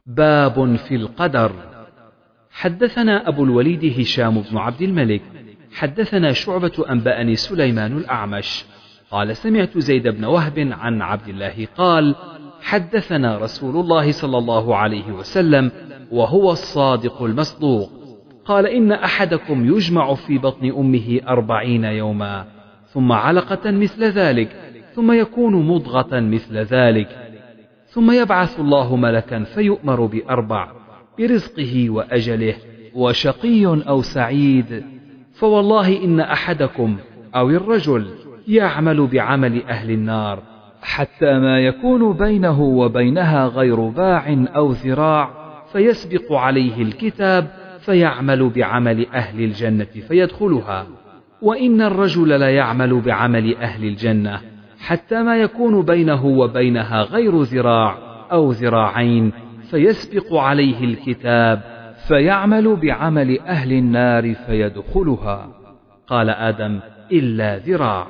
باب في القدر. حدثنا أبو الوليد هشام بن عبد الملك حدثنا شعبة أنبأني سليمان الأعمش قال سمعت زيد بن وهب عن عبد الله قال حدثنا رسول الله صلى الله عليه وسلم وهو الصادق المصدوق قال إن أحدكم يجمع في بطن أمه 40 يوما ثم علقة مثل ذلك ثم يكون مضغة مثل ذلك ثم يبعث الله ملكا فيؤمر ب4 برزقه وأجله وشقي أو سعيد فوالله إن أحدكم أو الرجل يعمل بعمل أهل النار حتى ما يكون بينه وبينها غير باع أو ذراع فيسبق عليه الكتاب فيعمل بعمل أهل الجنة فيدخلها وإن الرجل ليعمل بعمل أهل الجنة حتى ما يكون بينه وبينها غير ذراع أو ذراعين فيسبق عليه الكتاب فيعمل بعمل أهل النار فيدخلها. قال آدم إلا ذراع.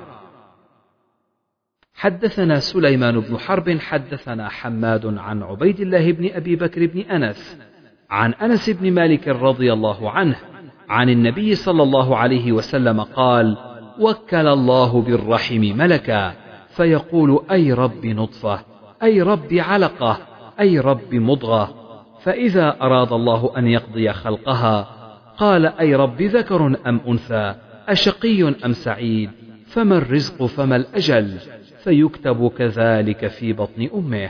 حدثنا سليمان بن حرب حدثنا حماد عن عبيد الله بن أبي بكر بن أنس عن أنس بن مالك رضي الله عنه عن النبي صلى الله عليه وسلم قال وكل الله بالرحم ملكا فيقول أي رب نطفة أي رب علقة أي رب مضغة فإذا أراد الله أن يقضي خلقها قال أي رب ذكر أم أنثى أشقي أم سعيد فما الرزق فما الأجل فيكتب كذلك في بطن أمه.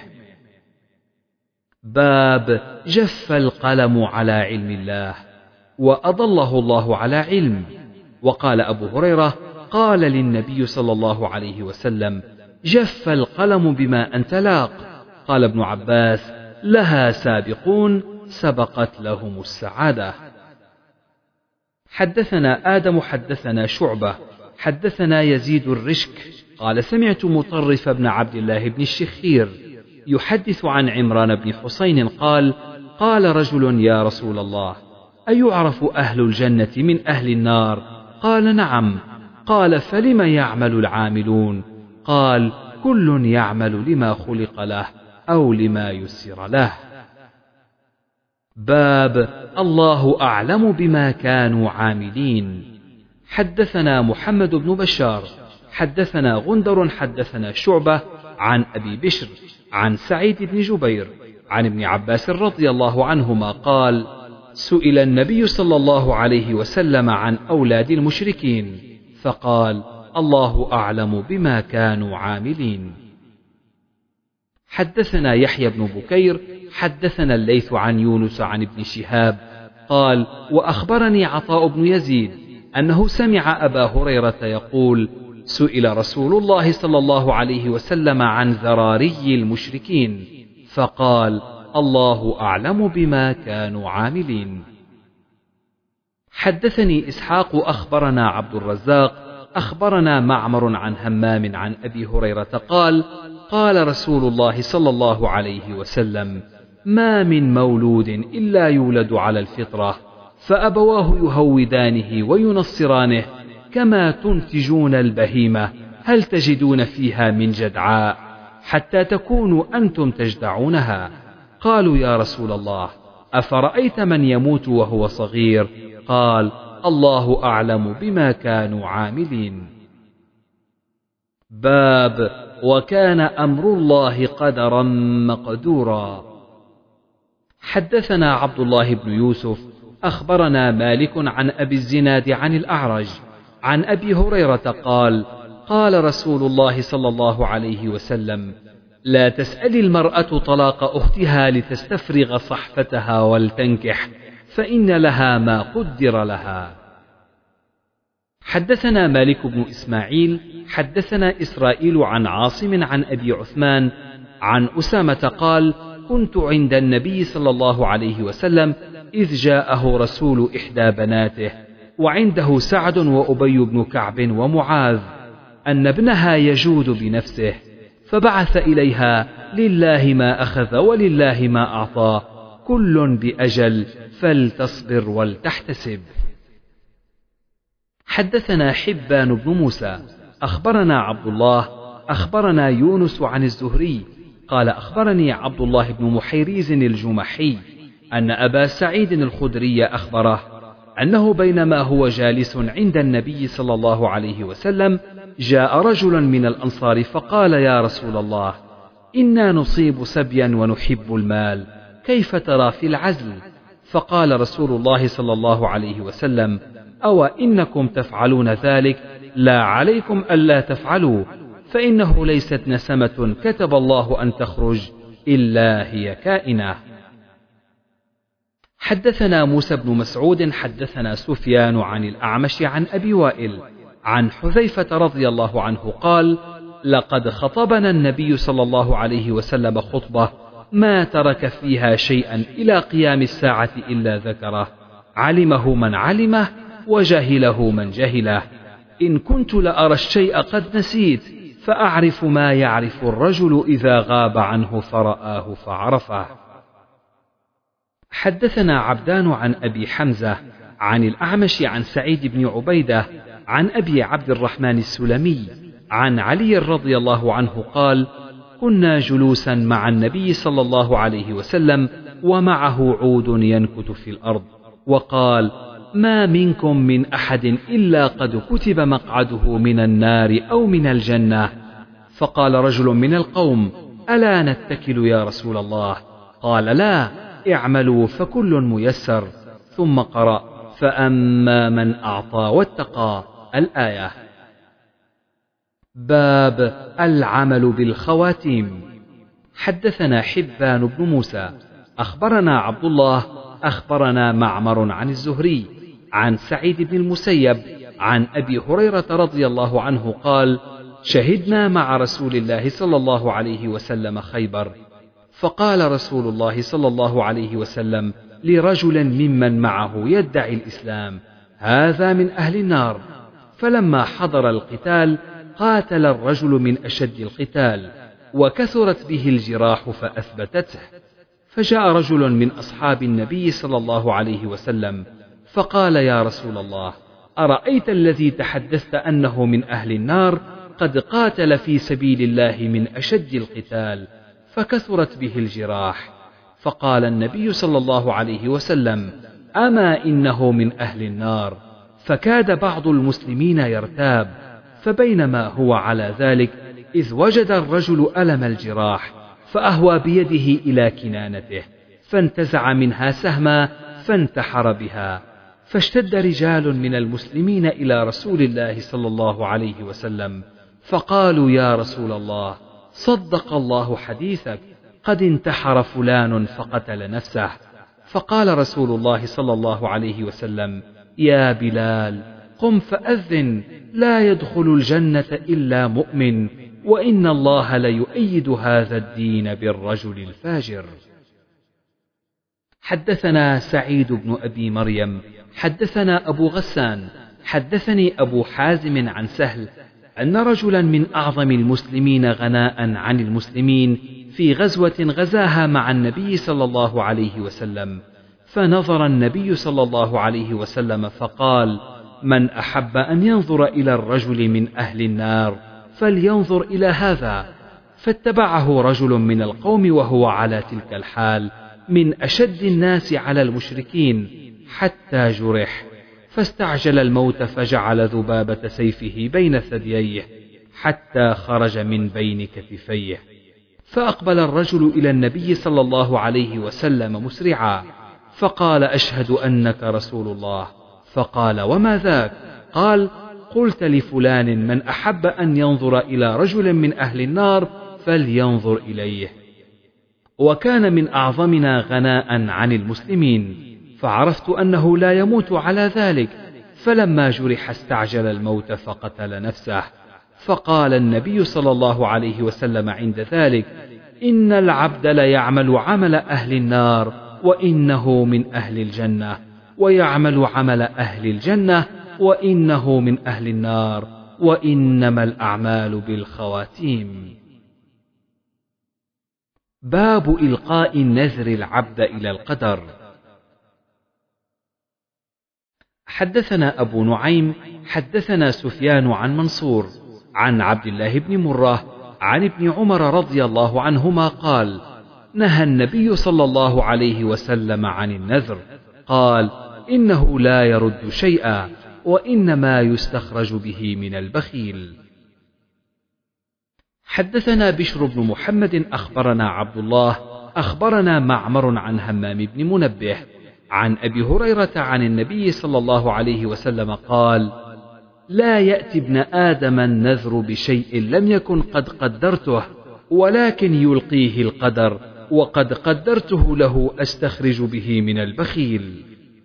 باب جف القلم على علم الله وأضله الله على علم. وقال أبو هريرة قال للنبي صلى الله عليه وسلم جف القلم بما أنت لاق. قال ابن عباس لها سابقون سبقت لهم السعادة. حدثنا آدم حدثنا شعبة حدثنا يزيد الرشك قال سمعت مطرف بن عبد الله بن الشخير يحدث عن عمران بن حسين قال قال رجل يا رسول الله أيعرف أهل الجنة من أهل النار؟ قال نعم. قال فلم يعمل العاملون؟ قال كل يعمل لما خلق له أو لما يسر له. باب الله أعلم بما كانوا عاملين. حدثنا محمد بن بشار حدثنا غندر حدثنا شعبة عن أبي بشر عن سعيد بن جبير عن ابن عباس رضي الله عنهما قال سئل النبي صلى الله عليه وسلم عن أولاد المشركين فقال الله أعلم بما كانوا عاملين. حدثنا يحيى بن بكير حدثنا الليث عن يونس عن ابن شهاب قال وأخبرني عطاء بن يزيد أنه سمع أبا هريرة يقول سئل رسول الله صلى الله عليه وسلم عن ذراري المشركين فقال الله أعلم بما كانوا عاملين. حدثني إسحاق أخبرنا عبد الرزاق أخبرنا معمر عن همام عن أبي هريرة قال قال رسول الله صلى الله عليه وسلم ما من مولود إلا يولد على الفطرة فأبواه يهودانه وينصرانه كما تنتجون البهيمة هل تجدون فيها من جدعاء حتى تكونوا أنتم تجدعونها؟ قالوا يا رسول الله أفرأيت من يموت وهو صغير؟ قال الله أعلم بما كانوا عاملين. باب وكان أمر الله قدرا مقدورا. حدثنا عبد الله بن يوسف أخبرنا مالك عن أبي الزناد عن الأعرج عن أبي هريرة قال قال رسول الله صلى الله عليه وسلم لا تسأل المرأة طلاق أختها لتستفرغ صحفتها ولتنكح فإن لها ما قدر لها. حدثنا مالك بن إسماعيل حدثنا إسرائيل عن عاصم عن أبي عثمان عن أسامة قال كنت عند النبي صلى الله عليه وسلم إذ جاءه رسول إحدى بناته وعنده سعد وأبي بن كعب ومعاذ أن ابنها يجود بنفسه فبعث إليها لله ما أخذ ولله ما أعطى كل بأجل فلتصبر ولتحتسب. حدثنا حبان بن موسى أخبرنا عبد الله أخبرنا يونس عن الزهري قال أخبرني عبد الله بن محيريز الجمحي أن أبا سعيد الخدري أخبره أنه بينما هو جالس عند النبي صلى الله عليه وسلم جاء رجل من الأنصار فقال: يا رسول الله، إنا نصيب سبيا ونحب المال، كيف ترى في العزل؟ فقال رسول الله صلى الله عليه وسلم: أو إنكم تفعلون ذلك؟ لا عليكم ألا تفعلوا، فإنه ليست نسمة كتب الله أن تخرج إلا هي كائنة. حدثنا موسى بن مسعود حدثنا سفيان عن الأعمش عن أبي وائل عن حذيفة رضي الله عنه قال: لقد خطبنا النبي صلى الله عليه وسلم خطبة ما ترك فيها شيئا إلى قيام الساعة إلا ذكره، علمه من علمه وجهله من جهله. إن كنت لأرى الشيء قد نسيت، فأعرف ما يعرف الرجل إذا غاب عنه فرآه فعرفه. حدثنا عبدان عن أبي حمزة عن الأعمش عن سعيد بن عبيدة عن أبي عبد الرحمن السلمي عن علي رضي الله عنه قال: كنا جلوسا مع النبي صلى الله عليه وسلم ومعه عود ينكت في الأرض، وقال: ما منكم من أحد إلا قد كتب مقعده من النار أو من الجنة. فقال رجل من القوم: ألا نتكل يا رسول الله؟ قال: لا، اعملوا فكل ميسر. ثم قرأ: فأما من أعطى واتقى، الآية. باب العمل بالخواتيم. حدثنا حبان بن موسى أخبرنا عبد الله أخبرنا معمر عن الزهري عن سعيد بن المسيب عن أبي هريرة رضي الله عنه قال: شهدنا مع رسول الله صلى الله عليه وسلم خيبر، فقال رسول الله صلى الله عليه وسلم لرجل ممن معه يدعي الإسلام: هذا من أهل النار. فلما حضر القتال قاتل الرجل من أشد القتال، وكثرت به الجراح فأثبتته. فجاء رجل من أصحاب النبي صلى الله عليه وسلم فقال: يا رسول الله، أرأيت الذي تحدثت أنه من أهل النار قد قاتل في سبيل الله من أشد القتال فكثرت به الجراح؟ فقال النبي صلى الله عليه وسلم: أما إنه من أهل النار. فكاد بعض المسلمين يرتاب، فبينما هو على ذلك إذ وجد الرجل ألم الجراح، فأهوى بيده إلى كنانته فانتزع منها سهما فانتحر بها. فاشتد رجال من المسلمين إلى رسول الله صلى الله عليه وسلم فقالوا: يا رسول الله، صدق الله حديثك، قد انتحر فلان فقتل نفسه. فقال رسول الله صلى الله عليه وسلم: يا بلال، قم فأذن، لا يدخل الجنة إلا مؤمن، وإن الله ليؤيد هذا الدين بالرجل الفاجر. حدثنا سعيد بن أبي مريم حدثنا أبو غسان حدثني أبو حازم عن سهل أن رجلا من أعظم المسلمين غناء عن المسلمين في غزوة غزاها مع النبي صلى الله عليه وسلم، فنظر النبي صلى الله عليه وسلم فقال: من أحب أن ينظر إلى الرجل من أهل النار فلينظر إلى هذا. فاتبعه رجل من القوم وهو على تلك الحال من أشد الناس على المشركين حتى جرح، فاستعجل الموت فجعل ذبابة سيفه بين ثدييه حتى خرج من بين كتفيه. فأقبل الرجل إلى النبي صلى الله عليه وسلم مسرعا فقال: أشهد أنك رسول الله. فقال: وما ذاك؟ قال: قلت لفلان: من أحب أن ينظر إلى رجل من أهل النار فلينظر إليه. وكان من أعظمنا غناء عن المسلمين، فعرفت أنه لا يموت على ذلك، فلما جرح استعجل الموت فقتل نفسه. فقال النبي صلى الله عليه وسلم عند ذلك: إن العبد ليعمل عمل أهل النار وإنه من أهل الجنة، ويعمل عمل أهل الجنة وإنه من أهل النار، وإنما الأعمال بالخواتيم. باب إلقاء النذر العبد إلى القدر. حدثنا أبو نعيم حدثنا سفيان عن منصور عن عبد الله بن مرة عن ابن عمر رضي الله عنهما قال: نهى النبي صلى الله عليه وسلم عن النذر، قال: إنه لا يرد شيئا، وإنما يستخرج به من البخيل. حدثنا بشر بن محمد أخبرنا عبد الله أخبرنا معمر عن همام بن منبه عن أبي هريرة عن النبي صلى الله عليه وسلم قال: لا يأتي ابن آدم النذر بشيء لم يكن قد قدرته، ولكن يلقيه القدر، وقد قدرته له أستخرج به من البخيل.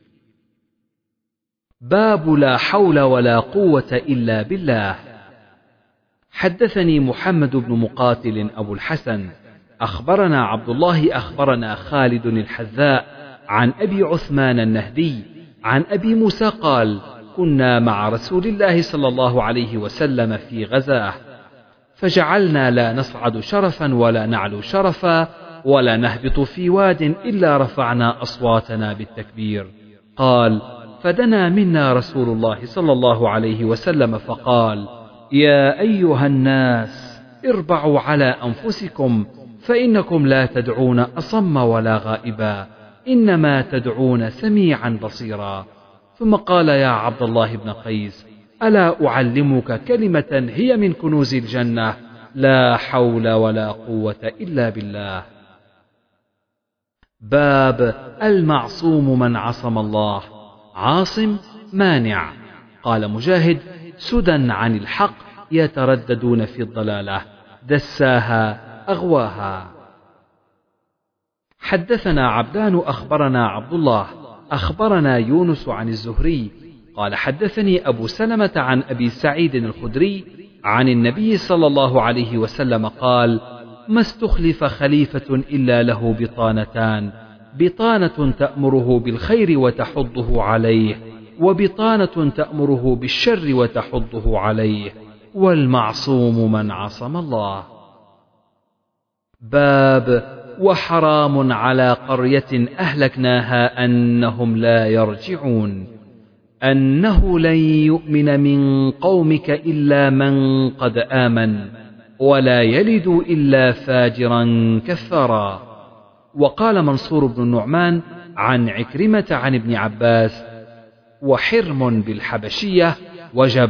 باب لا حول ولا قوة إلا بالله. حدثني محمد بن مقاتل أبو الحسن أخبرنا عبد الله أخبرنا خالد الحذاء عن أبي عثمان النهدي عن أبي موسى قال: كنا مع رسول الله صلى الله عليه وسلم في غزاه، فجعلنا لا نصعد شرفا ولا نعلو شرفا ولا نهبط في واد إلا رفعنا أصواتنا بالتكبير. قال: فدنا منا رسول الله صلى الله عليه وسلم فقال: يا أيها الناس اربعوا على أنفسكم، فإنكم لا تدعون أصم ولا غائبا، إنما تدعون سميعا بصيرا. ثم قال: يا عبد الله بن قيس، ألا أعلمك كلمة هي من كنوز الجنة؟ لا حول ولا قوة إلا بالله. باب المعصوم من عصم الله. عاصم مانع. قال مجاهد: سدى عن الحق يترددون في الضلالة، دساها أغواها. حدثنا عبدان أخبرنا عبد الله أخبرنا يونس عن الزهري قال: حدثني أبو سلمة عن أبي سعيد الخدري عن النبي صلى الله عليه وسلم قال: ما استخلف خليفة إلا له بطانتان، بطانة تأمره بالخير وتحضه عليه، وبطانة تأمره بالشر وتحضه عليه، والمعصوم من عصم الله. باب وحرام على قرية أهلكناها أنهم لا يرجعون. أنه لن يؤمن من قومك إلا من قد آمن، ولا يلد إلا فاجرا كفارا. وقال منصور بن النعمان عن عكرمة عن ابن عباس: وحرم بالحبشية وجب.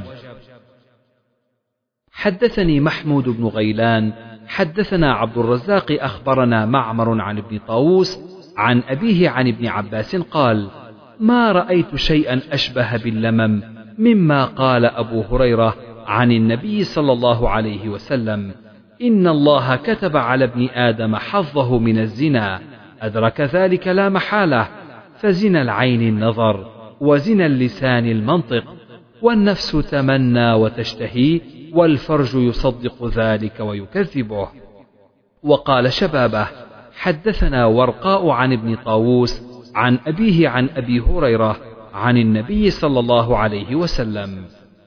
حدثني محمود بن غيلان حدثنا عبد الرزاق أخبرنا معمر عن ابن طاووس عن أبيه عن ابن عباس قال: ما رأيت شيئا أشبه باللمم مما قال أبو هريرة عن النبي صلى الله عليه وسلم: إن الله كتب على ابن آدم حظه من الزنا، أدرك ذلك لا محالة، فزنا العين النظر، وزنا اللسان المنطق، والنفس تمنى وتشتهي، والفرج يصدق ذلك ويكذبه. وقال شبابه: حدثنا ورقاء عن ابن طاووس عن أبيه عن أبي هريرة عن النبي صلى الله عليه وسلم.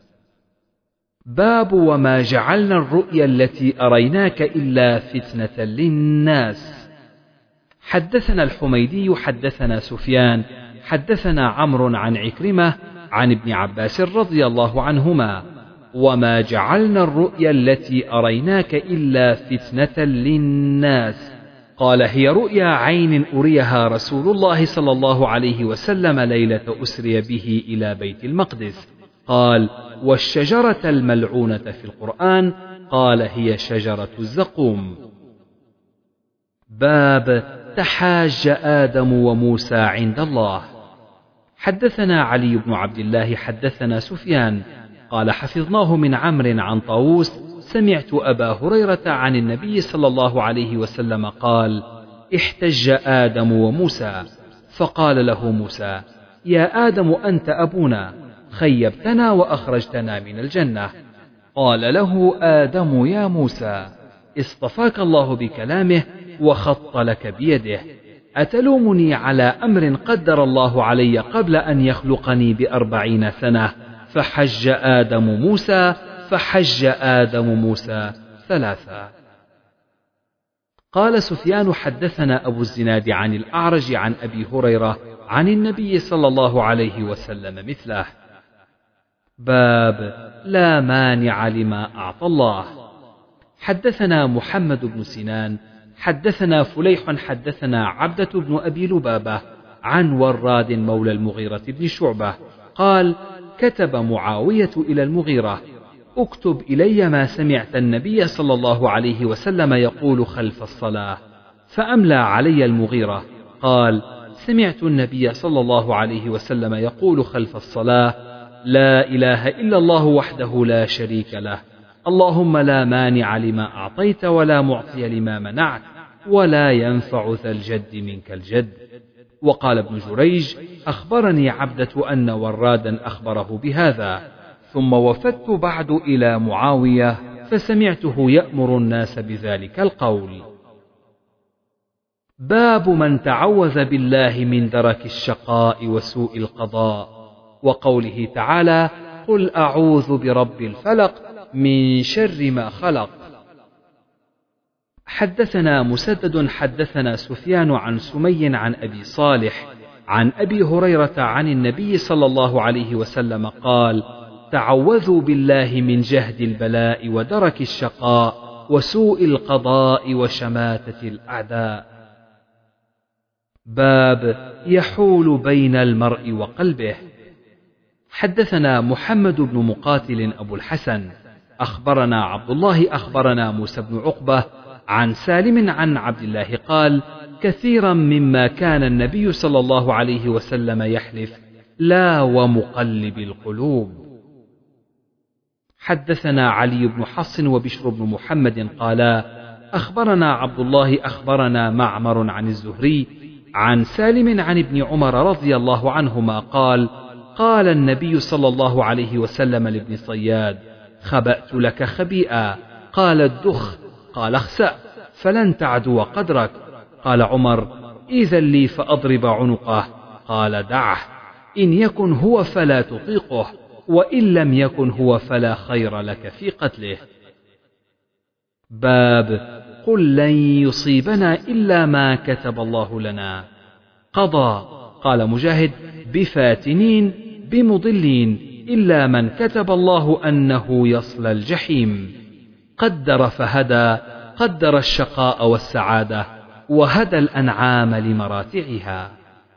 باب وما جعلنا الرؤيا التي أريناك إلا فتنة للناس. حدثنا الحميدي حدثنا سفيان حدثنا عمرو عن عكرمة عن ابن عباس رضي الله عنهما: وما جعلنا الرؤيا التي أريناك إلا فتنة للناس. قال: هي رؤيا عين أريها رسول الله صلى الله عليه وسلم ليلة أسري به إلى بيت المقدس. قال: والشجرة الملعونة في القرآن؟ قال: هي شجرة الزقوم. باب تحاج آدم وموسى عند الله. حدثنا علي بن عبد الله حدثنا سفيان قال: حفظناه من عمرو عن طاووس سمعت أبا هريرة عن النبي صلى الله عليه وسلم قال: احتج آدم وموسى، فقال له موسى: يا آدم أنت أبونا، خيبتنا وأخرجتنا من الجنة. قال له آدم: يا موسى، اصطفاك الله بكلامه وخط لك بيده، أتلومني على أمر قدر الله علي قبل أن يخلقني ب40 سنة؟ فحج آدم موسى 3. قال سفيان: حدثنا أبو الزناد عن الأعرج عن أبي هريرة عن النبي صلى الله عليه وسلم مثله. باب لا مانع لما أعطى الله. حدثنا محمد بن سنان حدثنا فليح حدثنا عبدة بن أبي لبابة عن وراد مولى المغيرة بن شعبة قال كتب معاوية إلى المغيرة اكتب إلي ما سمعت النبي صلى الله عليه وسلم يقول خلف الصلاة. فأملى علي المغيرة قال سمعت النبي صلى الله عليه وسلم يقول خلف الصلاة لا إله إلا الله وحده لا شريك له اللهم لا مانع لما أعطيت ولا معطي لما منعت ولا ينفع ذا الجد منك الجد. وقال ابن جريج أخبرني عبدة أن ورادا أخبره بهذا. ثم وفدت بعد إلى معاوية فسمعته يأمر الناس بذلك القول. باب من تعوذ بالله من درك الشقاء وسوء القضاء وقوله تعالى قل أعوذ برب الفلق من شر ما خلق. حدثنا مسدد حدثنا سفيان عن سمي عن أبي صالح عن أبي هريرة عن النبي صلى الله عليه وسلم قال تعوذوا بالله من جهد البلاء ودرك الشقاء وسوء القضاء وشماتة الأعداء. باب يحول بين المرء وقلبه. حدثنا محمد بن مقاتل أبو الحسن أخبرنا عبد الله أخبرنا موسى بن عقبة عن سالم عن عبد الله قال كثيرا مما كان النبي صلى الله عليه وسلم يحلف لا ومقلب القلوب. حدثنا علي بن حفص وبشر بن محمد قالا أخبرنا عبد الله أخبرنا معمر عن الزهري عن سالم عن ابن عمر رضي الله عنهما قال قال النبي صلى الله عليه وسلم لابن صياد خبأت لك خبيئا قال الدخ قال اخسأ فلن تعدو قدرك. قال عمر إذا لي فأضرب عنقه قال دعه إن يكن هو فلا تطيقه وإن لم يكن هو فلا خير لك في قتله. باب قل لن يصيبنا إلا ما كتب الله لنا. قضى قال مجاهد بفاتنين بمضلين إلا من كتب الله أنه يصلى الجحيم. قدر فهدى قدر الشقاء والسعادة وهدى الأنعام لمراتعها.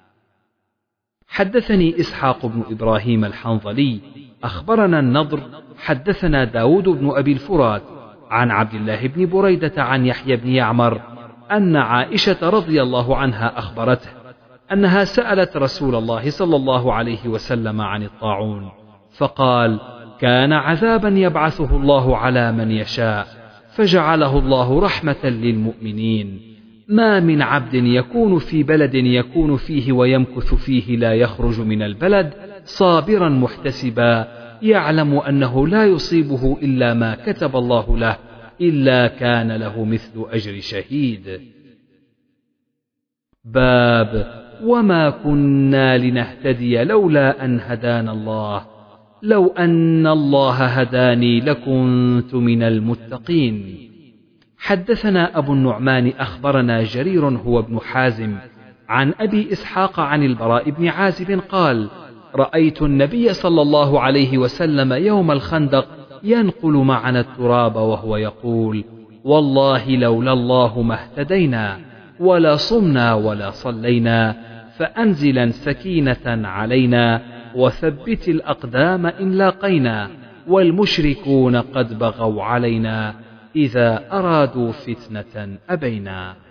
حدثني إسحاق بن إبراهيم الحنظلي أخبرنا النضر حدثنا داود بن أبي الفرات عن عبد الله بن بريدة عن يحيى بن يعمر أن عائشة رضي الله عنها أخبرته أنها سألت رسول الله صلى الله عليه وسلم عن الطاعون فقال كان عذابا يبعثه الله على من يشاء فجعله الله رحمة للمؤمنين ما من عبد يكون في بلد يكون فيه ويمكث فيه لا يخرج من البلد صابرا محتسبا يعلم أنه لا يصيبه إلا ما كتب الله له إلا كان له مثل أجر شهيد. باب وما كنا لنهتدي لولا أن هدانا الله لو أن الله هداني لكنت من المتقين. حدثنا أبو النعمان أخبرنا جرير هو ابن حازم عن أبي إسحاق عن البراء بن عازب قال رأيت النبي صلى الله عليه وسلم يوم الخندق ينقل معنا التراب وهو يقول والله لولا الله ما اهتدينا ولا صمنا ولا صلينا فأنزلا سكينة علينا وثبت الأقدام إن لاقينا والمشركون قد بغوا علينا إذا أرادوا فتنة أبينا.